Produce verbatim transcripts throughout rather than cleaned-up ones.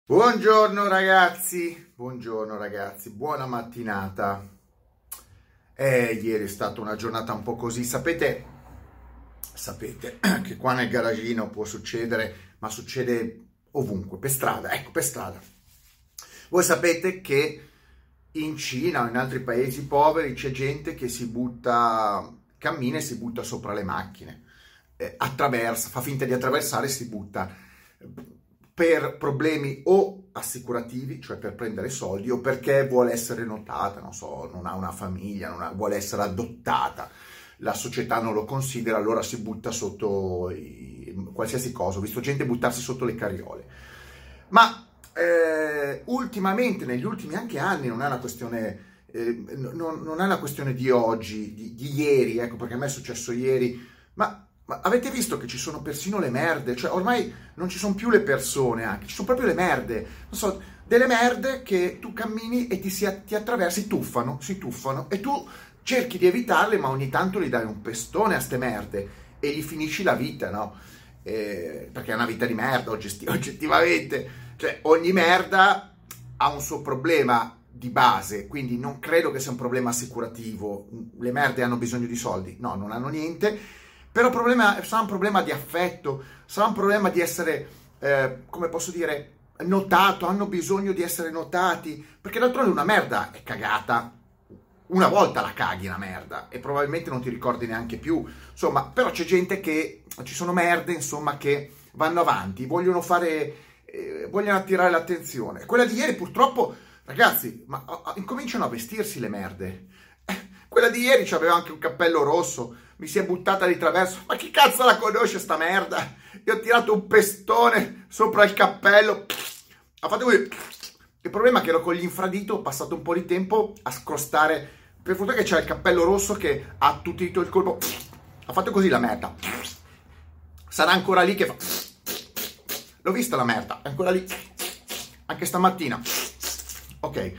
Buongiorno ragazzi, buongiorno ragazzi, buona mattinata. Eh, ieri è stata una giornata un po' così, sapete, sapete che qua nel garagino può succedere, ma succede ovunque, per strada, ecco, per strada. Voi sapete che in Cina o in altri paesi poveri c'è gente che si butta, cammina e si butta sopra le macchine, eh, attraversa, fa finta di attraversare e si butta per problemi o assicurativi, cioè per prendere soldi, o perché vuole essere notata, non so, non ha una famiglia, non ha, vuole essere adottata, la società non lo considera, allora si butta sotto i, qualsiasi cosa. Ho visto gente buttarsi sotto le carriole. Ma eh, ultimamente, negli ultimi anche anni, non è una questione, eh, non, non è una questione di oggi, di, di ieri, ecco, perché a me è successo ieri, ma Ma avete visto che ci sono persino le merde? Cioè ormai non ci sono più le persone, anche ci sono proprio le merde. Non so, delle merde che tu cammini e ti, si, ti attraversi, tuffano, si tuffano e tu cerchi di evitarle, ma ogni tanto gli dai un pestone a ste merde e gli finisci la vita, no? Eh, perché è una vita di merda oggettivamente. Cioè ogni merda ha un suo problema di base, quindi non credo che sia un problema assicurativo. Le merde hanno bisogno di soldi? No, non hanno niente. Però il problema sarà un problema di affetto, sarà un problema di essere, eh, come posso dire, notato, hanno bisogno di essere notati, perché d'altronde una merda è cagata, una volta la caghi una merda e probabilmente non ti ricordi neanche più, insomma, però c'è gente che, ci sono merde, insomma, che vanno avanti, vogliono fare, eh, vogliono attirare l'attenzione. Quella di ieri purtroppo, ragazzi, ma oh, incominciano a vestirsi le merde. Quella di ieri c'aveva anche un cappello rosso, mi si è buttata di traverso, ma chi cazzo la conosce sta merda? Io ho tirato un pestone sopra il cappello, ha fatto così. Il problema è che ero con gli infradito, ho passato un po' di tempo a scrostare, per fortuna che c'è il cappello rosso che ha attutito il colpo, ha fatto così la merda, sarà ancora lì che fa, l'ho vista la merda, è ancora lì, anche stamattina, ok,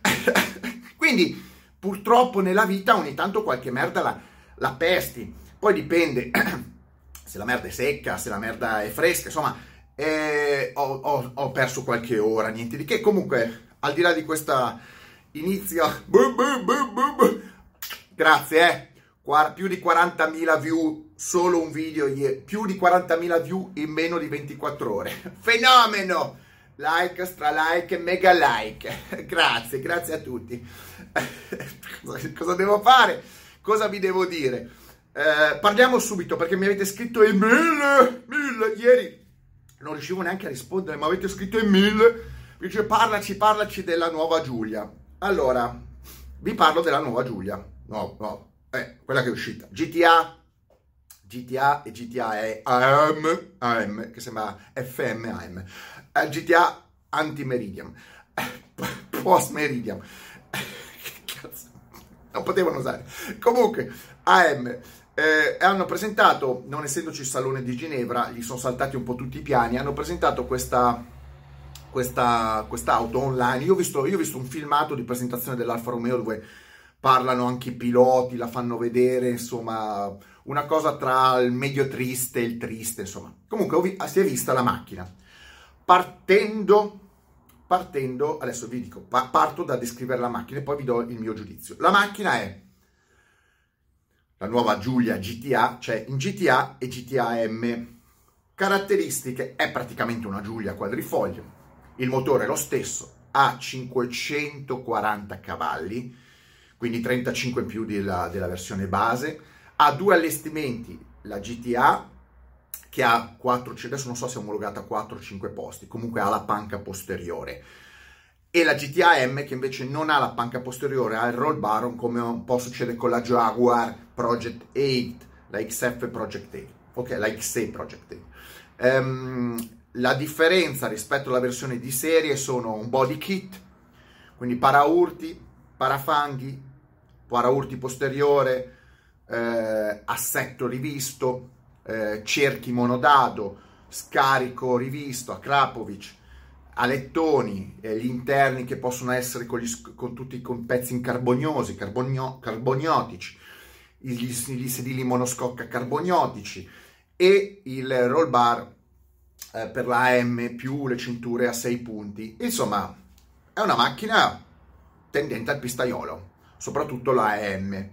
quindi purtroppo nella vita ogni tanto qualche merda la, la pesti, poi dipende se la merda è secca, se la merda è fresca, insomma, eh, ho, ho, ho perso qualche ora, niente di che. Comunque, al di là di questa inizio, boom, boom, boom, boom. Grazie, eh, Quar- più di quarantamila view, solo un video, più di quarantamila view in meno di ventiquattro ore, fenomeno! Like, stra like, mega like, grazie, grazie a tutti. cosa, cosa devo fare? Cosa vi devo dire? Eh, parliamo subito perché mi avete scritto in mille, mille, ieri non riuscivo neanche a rispondere, ma avete scritto in mille, dice parlaci, parlaci della nuova Giulia. Allora, vi parlo della nuova Giulia, no, no, eh, quella che è uscita, G T A, G T A e G T A è A M, A M, che sembra F M A M, eh, G T A anti-meridian, post-meridian, cazzo, non potevano usare. Comunque, A M eh, hanno presentato, non essendoci il salone di Ginevra, gli sono saltati un po' tutti i piani, hanno presentato questa questa quest'auto online. Io ho visto, io ho visto un filmato di presentazione dell'Alfa Romeo dove parlano anche i piloti, la fanno vedere, insomma, una cosa tra il medio triste e il triste, insomma. Comunque si è vista la macchina. Partendo, partendo, adesso vi dico, parto da descrivere la macchina e poi vi do il mio giudizio. La macchina è la nuova Giulia G T A, cioè in G T A e G T A M. Caratteristiche, è praticamente una Giulia quadrifoglio. Il motore è lo stesso, ha cinquecentoquaranta cavalli, quindi trentacinque in più della, della versione base. Ha due allestimenti, la G T A che ha quattro, adesso non so se è omologata a quattro o cinque posti, comunque ha la panca posteriore, e la G T A M che invece non ha la panca posteriore, ha il roll bar, come un po' succede con la Jaguar Project otto, la X F Project otto, ok, la X E Project otto. Um, la differenza rispetto alla versione di serie sono un body kit, quindi paraurti, parafanghi, paraurti posteriore, eh, assetto rivisto, eh, cerchi monodado, scarico rivisto a Krapovic, alettoni, eh, gli interni che possono essere con, gli, con tutti con pezzi incarboniosi, carbonio, carboniotici, gli, gli sedili monoscocca carboniotici e il roll bar eh, per la A M più le cinture a sei punti. Insomma, è una macchina tendente al pistaiolo, soprattutto la A M.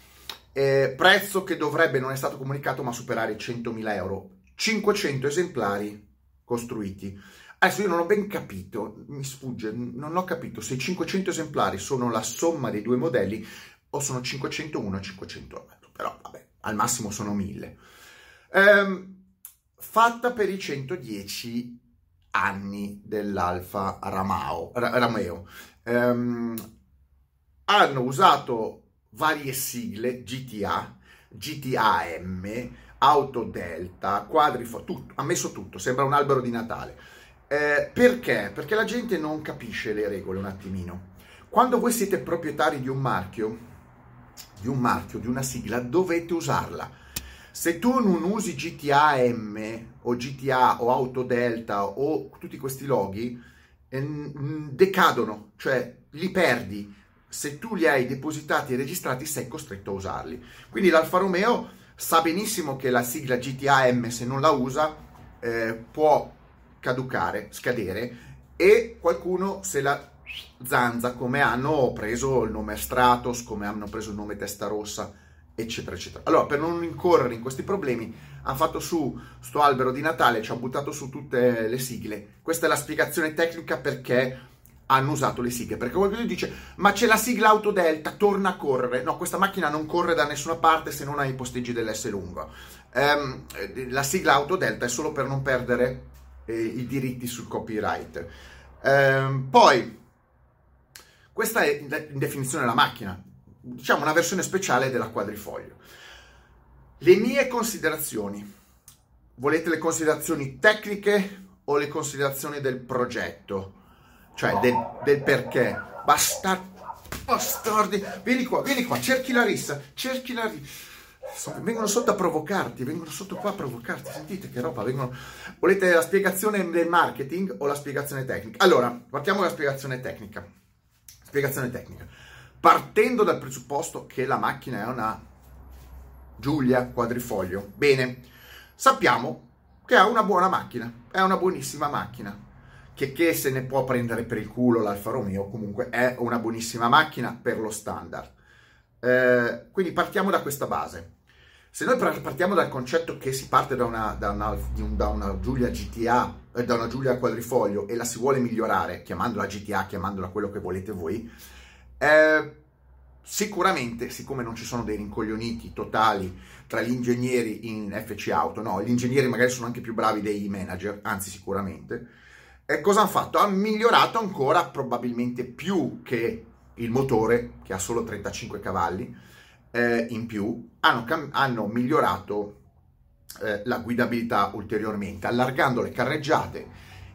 Eh, prezzo che dovrebbe, non è stato comunicato, ma superare i centomila euro. cinquecento esemplari costruiti. Adesso io non ho ben capito, mi sfugge, non ho capito se i cinquecento esemplari sono la somma dei due modelli o sono cinquecentouno e cinquecentodue, però vabbè, al massimo sono mille. Ehm, fatta per i centodieci anni dell'Alfa Romeo. Romeo. Ehm, hanno usato varie sigle, G T A, G T A M, Auto Delta, Quadrifoglio, tutto, ha messo tutto, sembra un albero di Natale. Eh, perché? Perché la gente non capisce le regole un attimino. Quando voi siete proprietari di un marchio, di un marchio, di una sigla, dovete usarla. Se tu non usi G T A M o G T A o Auto Delta o tutti questi loghi, eh, decadono, cioè li perdi. Se tu li hai depositati e registrati sei costretto a usarli. Quindi l'Alfa Romeo sa benissimo che la sigla G T A M, se non la usa, eh, può caducare, scadere, e qualcuno se la zanza, come hanno preso il nome Stratos, come hanno preso il nome Testarossa, eccetera, eccetera. Allora, per non incorrere in questi problemi, hanno fatto su sto albero di Natale, ci ha buttato su tutte le sigle. Questa è la spiegazione tecnica perché hanno usato le sigle, perché qualcuno dice ma c'è la sigla Auto Delta, torna a correre. No, questa macchina non corre da nessuna parte se non hai i posteggi dell'S lungo. Um, la sigla Auto Delta è solo per non perdere eh, i diritti sul copyright. Um, poi questa è in definizione la macchina, diciamo una versione speciale della Quadrifoglio. Le mie considerazioni, volete le considerazioni tecniche o le considerazioni del progetto? Cioè del, del perché. Bastardi, bastardi, vieni qua, vieni qua, cerchi la rissa, cerchi la rissa. Vengono sotto a provocarti, vengono sotto qua a provocarti, sentite che roba, vengono... Volete la spiegazione del marketing o la spiegazione tecnica? Allora, partiamo dalla spiegazione tecnica. Spiegazione tecnica. Partendo dal presupposto che la macchina è una Giulia Quadrifoglio, bene, sappiamo che è una buona macchina, è una buonissima macchina. Che, che se ne può prendere per il culo l'Alfa Romeo, comunque è una buonissima macchina per lo standard. Eh, quindi partiamo da questa base. Se noi partiamo dal concetto che si parte da una, da una, da una Giulia G T A, eh, da una Giulia Quadrifoglio e la si vuole migliorare, chiamandola G T A, chiamandola quello che volete voi, eh, sicuramente, siccome non ci sono dei rincoglioniti totali tra gli ingegneri in F C Auto, no, gli ingegneri magari sono anche più bravi dei manager, anzi sicuramente. E cosa hanno fatto? Hanno migliorato ancora, probabilmente più che il motore, che ha solo trentacinque cavalli eh, in più, hanno, cam- hanno migliorato eh, la guidabilità ulteriormente, allargando le carreggiate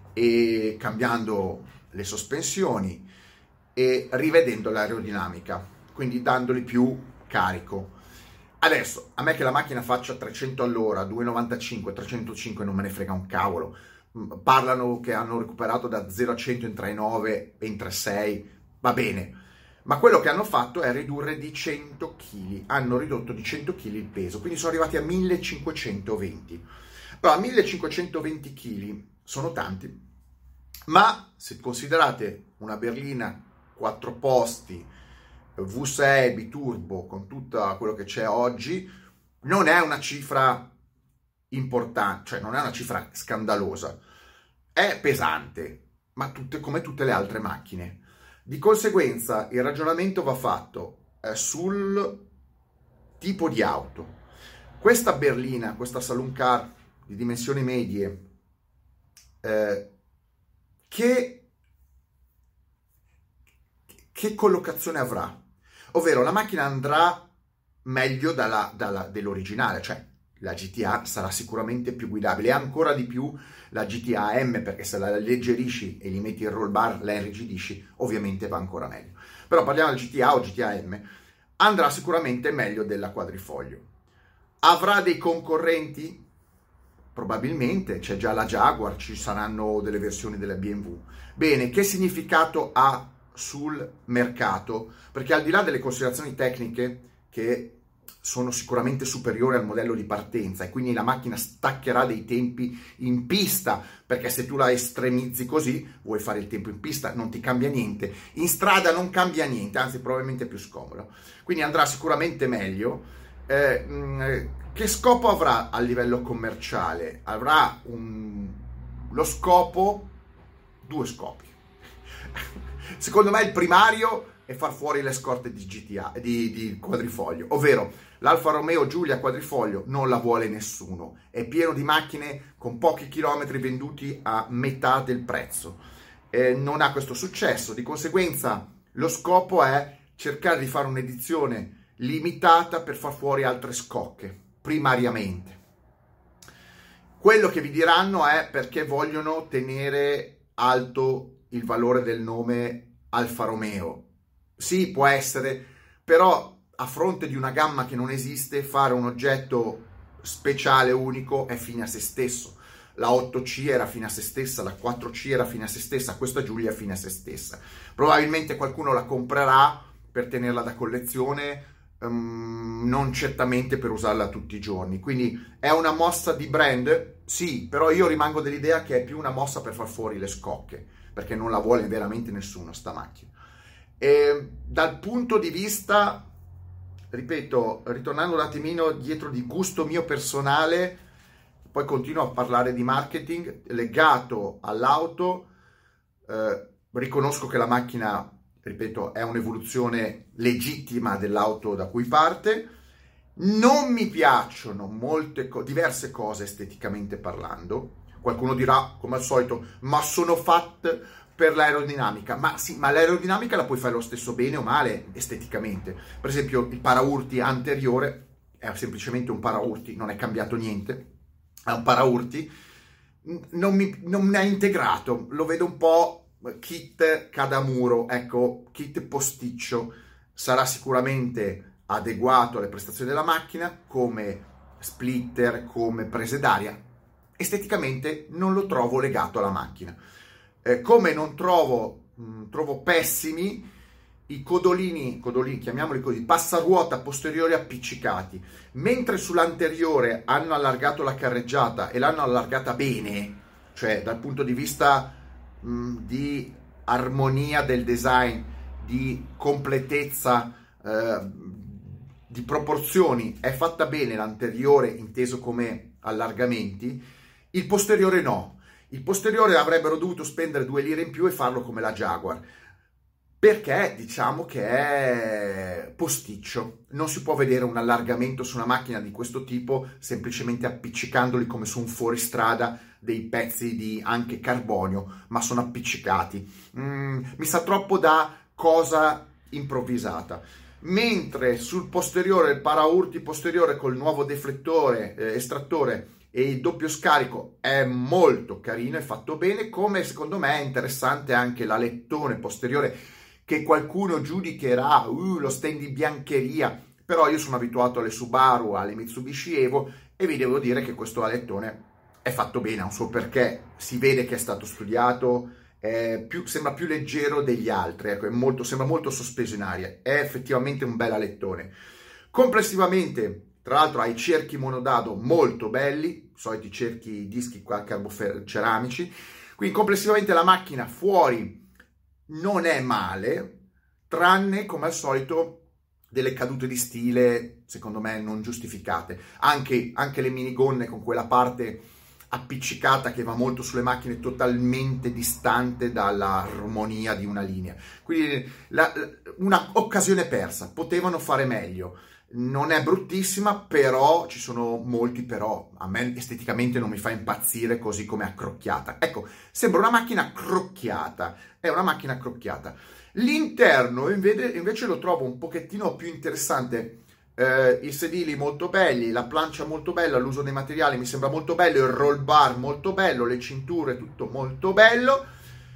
e cambiando le sospensioni e rivedendo l'aerodinamica, quindi dandogli più carico. Adesso, a me che la macchina faccia trecento all'ora, due virgola novantacinque, trecentocinque, non me ne frega un cavolo. Parlano che hanno recuperato da zero a cento in tre virgola nove e in tre virgola sei, va bene, ma quello che hanno fatto è ridurre di cento chili, hanno ridotto di cento chili il peso, quindi sono arrivati a millecinquecentoventi. Allora, millecinquecentoventi chili sono tanti, ma se considerate una berlina quattro posti V sei biturbo con tutto quello che c'è oggi, non è una cifra importante, cioè non è una cifra scandalosa, è pesante, ma tutte, come tutte le altre macchine. Di conseguenza il ragionamento va fatto eh, sul tipo di auto. Questa berlina, questa saloon car di dimensioni medie, eh, che, che collocazione avrà? Ovvero la macchina andrà meglio dalla, dalla, dell'originale, cioè la G T A sarà sicuramente più guidabile e ancora di più la G T A M, perché se la alleggerisci e gli metti il roll bar, la irrigidisci, ovviamente va ancora meglio. Però parliamo del G T A o G T A M, andrà sicuramente meglio della Quadrifoglio. Avrà dei concorrenti? Probabilmente, c'è già la Jaguar, ci saranno delle versioni della B M W. Bene, che significato ha sul mercato? Perché al di là delle considerazioni tecniche che sono sicuramente superiori al modello di partenza e quindi la macchina staccherà dei tempi in pista, perché se tu la estremizzi così, vuoi fare il tempo in pista, non ti cambia niente, in strada non cambia niente, anzi probabilmente è più scomodo, quindi andrà sicuramente meglio. Eh, mh, che scopo avrà a livello commerciale? Avrà un, lo scopo, due scopi. Secondo me il primario è far fuori le scorte di G T A, di, di quadrifoglio, ovvero l'Alfa Romeo Giulia quadrifoglio non la vuole nessuno, è pieno di macchine con pochi chilometri venduti a metà del prezzo, eh, non ha questo successo, di conseguenza lo scopo è cercare di fare un'edizione limitata per far fuori altre scocche, primariamente. Quello che vi diranno è perché vogliono tenere alto il valore del nome Alfa Romeo. Sì, può essere, però a fronte di una gamma che non esiste, fare un oggetto speciale, unico, è fine a se stesso. La otto C era fine a se stessa, la quattro C era fine a se stessa, questa Giulia è fine a se stessa. Probabilmente qualcuno la comprerà per tenerla da collezione, um, non certamente per usarla tutti i giorni. Quindi è una mossa di brand? Sì, però io rimango dell'idea che è più una mossa per far fuori le scocche, perché non la vuole veramente nessuno sta macchina. E dal punto di vista, ripeto, ritornando un attimino dietro di gusto mio personale, poi continuo a parlare di marketing legato all'auto, eh, riconosco che la macchina, ripeto, è un'evoluzione legittima dell'auto da cui parte. Non mi piacciono molte co- diverse cose esteticamente parlando. Qualcuno dirà, come al solito, ma sono fatte per l'aerodinamica. Ma sì, ma l'aerodinamica la puoi fare lo stesso bene o male esteticamente. Per esempio, il paraurti anteriore è semplicemente un paraurti, non è cambiato niente, è un paraurti. Non mi, non mi ha integrato, lo vedo un po' kit cadamuro, ecco, kit posticcio. Sarà sicuramente adeguato alle prestazioni della macchina, come splitter, come prese d'aria. Esteticamente non lo trovo legato alla macchina. Eh, come non trovo, mh, trovo pessimi i codolini, codolini, chiamiamoli così, passaruota posteriori appiccicati. Mentre sull'anteriore hanno allargato la carreggiata e l'hanno allargata bene, cioè dal punto di vista mh, di armonia del design, di completezza, eh, di proporzioni, è fatta bene l'anteriore inteso come allargamenti, il posteriore no. Il posteriore avrebbero dovuto spendere due lire in più e farlo come la Jaguar, perché diciamo che è posticcio. Non si può vedere un allargamento su una macchina di questo tipo semplicemente appiccicandoli come su un fuoristrada dei pezzi di anche carbonio, ma sono appiccicati. Mm, mi sa troppo da cosa improvvisata. Mentre sul posteriore, il paraurti posteriore col nuovo deflettore, eh, estrattore e il doppio scarico è molto carino, è fatto bene, come secondo me è interessante anche l'alettone posteriore che qualcuno giudicherà uh, lo stand di biancheria, però io sono abituato alle Subaru, alle Mitsubishi Evo e vi devo dire che questo alettone è fatto bene, ha un suo perché, si vede che è stato studiato, è più, sembra più leggero degli altri, ecco, è molto, sembra molto sospeso in aria, è effettivamente un bel alettone. Complessivamente, tra l'altro ha i cerchi monodado molto belli, soliti cerchi dischi qua carboceramici, quindi complessivamente la macchina fuori non è male, tranne come al solito delle cadute di stile secondo me non giustificate, anche, anche le minigonne con quella parte appiccicata che va molto sulle macchine totalmente distante dall'armonia di una linea, quindi la, una occasione persa, potevano fare meglio. Non è bruttissima, però ci sono molti però. A me esteticamente non mi fa impazzire così come accrocchiata. Ecco, sembra una macchina accrocchiata. È una macchina accrocchiata. L'interno invece, invece lo trovo un pochettino più interessante. Eh, I sedili molto belli, la plancia molto bella, l'uso dei materiali mi sembra molto bello, il roll bar molto bello, le cinture tutto molto bello.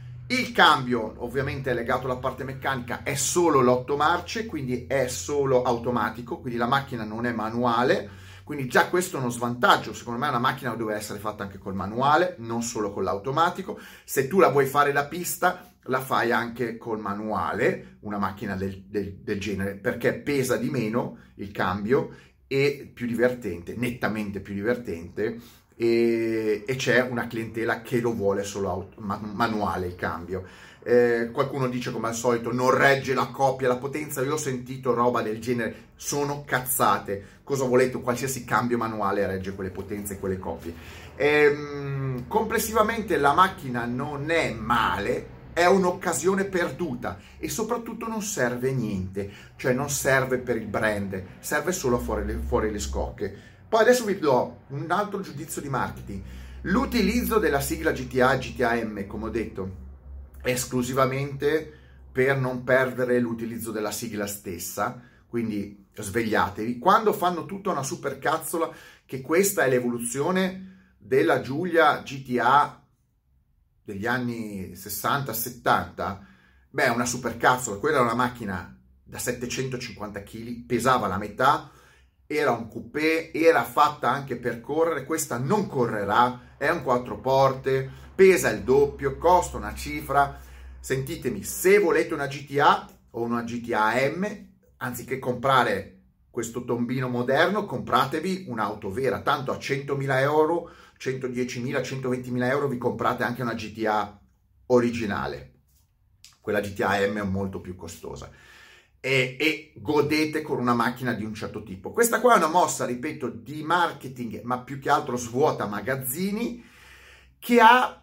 Il cambio ovviamente è legato alla parte meccanica, è solo l'otto marce, quindi è solo automatico, quindi la macchina non è manuale, quindi già questo è uno svantaggio. Secondo me una macchina doveva essere fatta anche col manuale, non solo con l'automatico. Se tu la vuoi fare da pista, la fai anche col manuale, una macchina del, del, del genere, perché pesa di meno il cambio e più divertente, nettamente più divertente, e, e c'è una clientela che lo vuole solo auto, man, manuale il cambio. Eh, qualcuno dice come al solito non regge la coppia, la potenza. Io ho sentito roba del genere, sono cazzate. Cosa volete? Qualsiasi cambio manuale regge quelle potenze e quelle coppie. Ehm, complessivamente la macchina non è male, è un'occasione perduta e soprattutto non serve a niente, cioè non serve per il brand, serve solo a fuori le, fuori le scocche. Poi adesso vi do un altro giudizio di marketing. L'utilizzo della sigla G T A e G T A M, come ho detto, esclusivamente per non perdere l'utilizzo della sigla stessa, quindi svegliatevi. Quando fanno tutta una supercazzola che questa è l'evoluzione della Giulia G T A degli anni sessanta settanta, beh, è una supercazzola. Quella era una macchina da settecentocinquanta chili, pesava la metà, era un coupé, era fatta anche per correre. Questa non correrà, è un quattro porte, pesa il doppio, costa una cifra. Sentitemi, se volete una G T A o una G T A M, anziché comprare questo tombino moderno, compratevi un'auto vera, tanto a centomila euro, centodiecimila, centoventimila euro vi comprate anche una G T A originale. Quella G T A M è molto più costosa. E, e godete con una macchina di un certo tipo. Questa qua è una mossa, ripeto, di marketing, ma più che altro svuota magazzini, che ha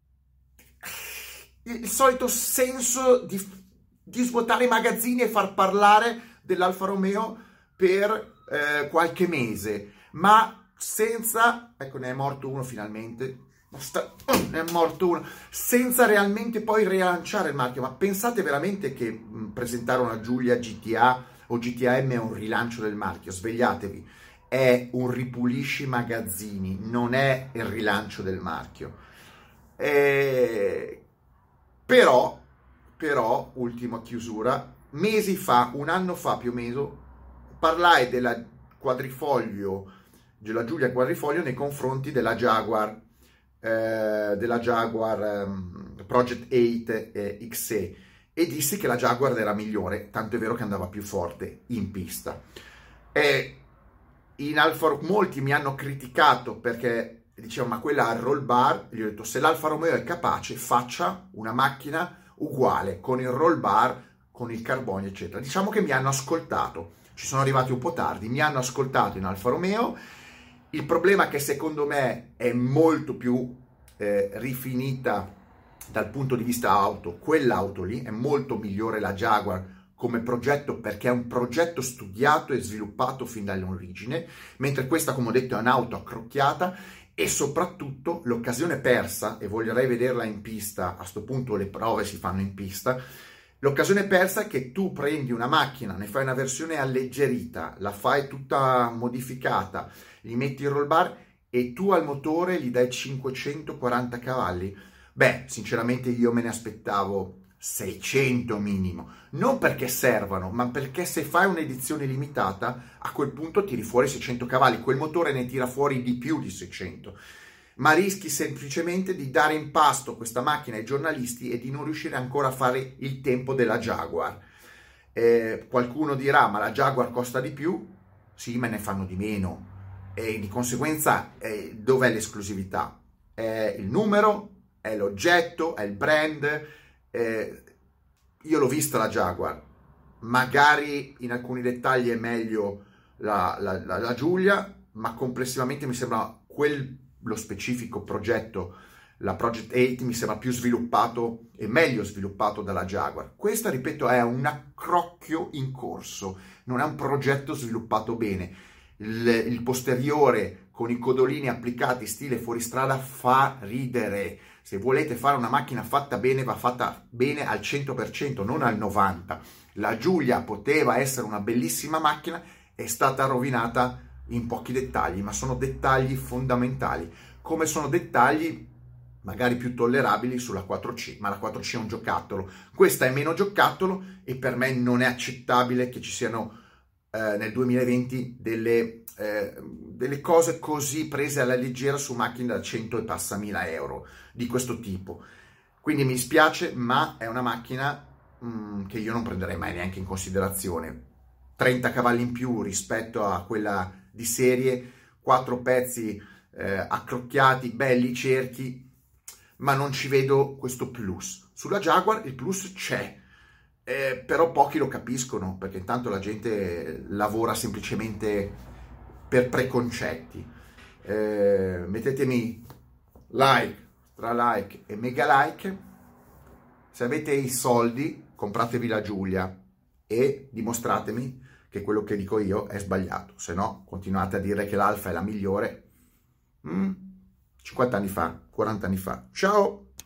il solito senso di, di svuotare i magazzini e far parlare dell'Alfa Romeo per eh, qualche mese, ma senza, ecco, ne è morto uno finalmente, Sta, ne è morto uno, senza realmente poi rilanciare il marchio. Ma pensate veramente che mh, presentare una Giulia G T A o G T A M è un rilancio del marchio? Svegliatevi, è un ripulisci magazzini, non è il rilancio del marchio. E... però, però, ultima chiusura, mesi fa, un anno fa più o meno, parlai della quadrifoglio, della Giulia quadrifoglio nei confronti della Jaguar, eh, della Jaguar um, Project otto eh, X E, e dissi che la Jaguar era migliore, tanto è vero che andava più forte in pista. E in Alfa molti mi hanno criticato perché dicevano ma quella ha il roll bar. Gli ho detto, se l'Alfa Romeo è capace, faccia una macchina uguale con il roll bar, con il carbonio eccetera. Diciamo che mi hanno ascoltato, ci sono arrivati un po' tardi, mi hanno ascoltato in Alfa Romeo. Il problema è che secondo me è molto più eh, rifinita dal punto di vista auto, quell'auto lì è molto migliore la Jaguar come progetto, perché è un progetto studiato e sviluppato fin dall'origine, mentre questa, come ho detto, è un'auto accrocchiata. E soprattutto l'occasione persa, e vorrei vederla in pista, a sto punto le prove si fanno in pista, l'occasione persa è che tu prendi una macchina, ne fai una versione alleggerita, la fai tutta modificata, gli metti il roll bar e tu al motore gli dai cinquecentoquaranta cavalli. Beh, sinceramente io me ne aspettavo seicento minimo, non perché servano, ma perché se fai un'edizione limitata, a quel punto tiri fuori seicento cavalli, quel motore ne tira fuori di più di seicento, ma rischi semplicemente di dare in pasto questa macchina ai giornalisti e di non riuscire ancora a fare il tempo della Jaguar. Eh, qualcuno dirà, ma la Jaguar costa di più? Sì, ma ne fanno di meno, e di conseguenza eh, dov'è l'esclusività? È il numero, è l'oggetto, è il brand. Eh, io l'ho vista la Jaguar, magari in alcuni dettagli è meglio la, la, la, la Giulia, ma complessivamente mi sembra quel, lo specifico progetto, la Project otto, mi sembra più sviluppato e meglio sviluppato dalla Jaguar. Questa, ripeto, è un accrocchio in corso, non è un progetto sviluppato bene. Il, il posteriore con i codolini applicati stile fuoristrada fa ridere. Se volete fare una macchina fatta bene, va fatta bene al cento per cento, non al novanta per cento. La Giulia poteva essere una bellissima macchina, è stata rovinata in pochi dettagli, ma sono dettagli fondamentali, come sono dettagli magari più tollerabili sulla quattro C, ma la quattro C è un giocattolo. Questa è meno giocattolo e per me non è accettabile che ci siano eh, nel duemilaventi delle, eh, delle cose così prese alla leggera su macchine da cento e passa mila euro di questo tipo. Quindi mi spiace, ma è una macchina mh, che io non prenderei mai neanche in considerazione. trenta cavalli in più rispetto a quella di serie, quattro pezzi eh, accrocchiati, belli, cerchi, ma non ci vedo questo plus. Sulla Jaguar il plus c'è, eh, però pochi lo capiscono, perché intanto la gente lavora semplicemente per preconcetti. Eh, mettetemi like, tra like e mega like. Se avete i soldi, compratevi la Giulia e dimostratemi che quello che dico io è sbagliato. Se no, continuate a dire che l'Alfa è la migliore. Mm, cinquanta anni fa, quaranta anni fa. Ciao!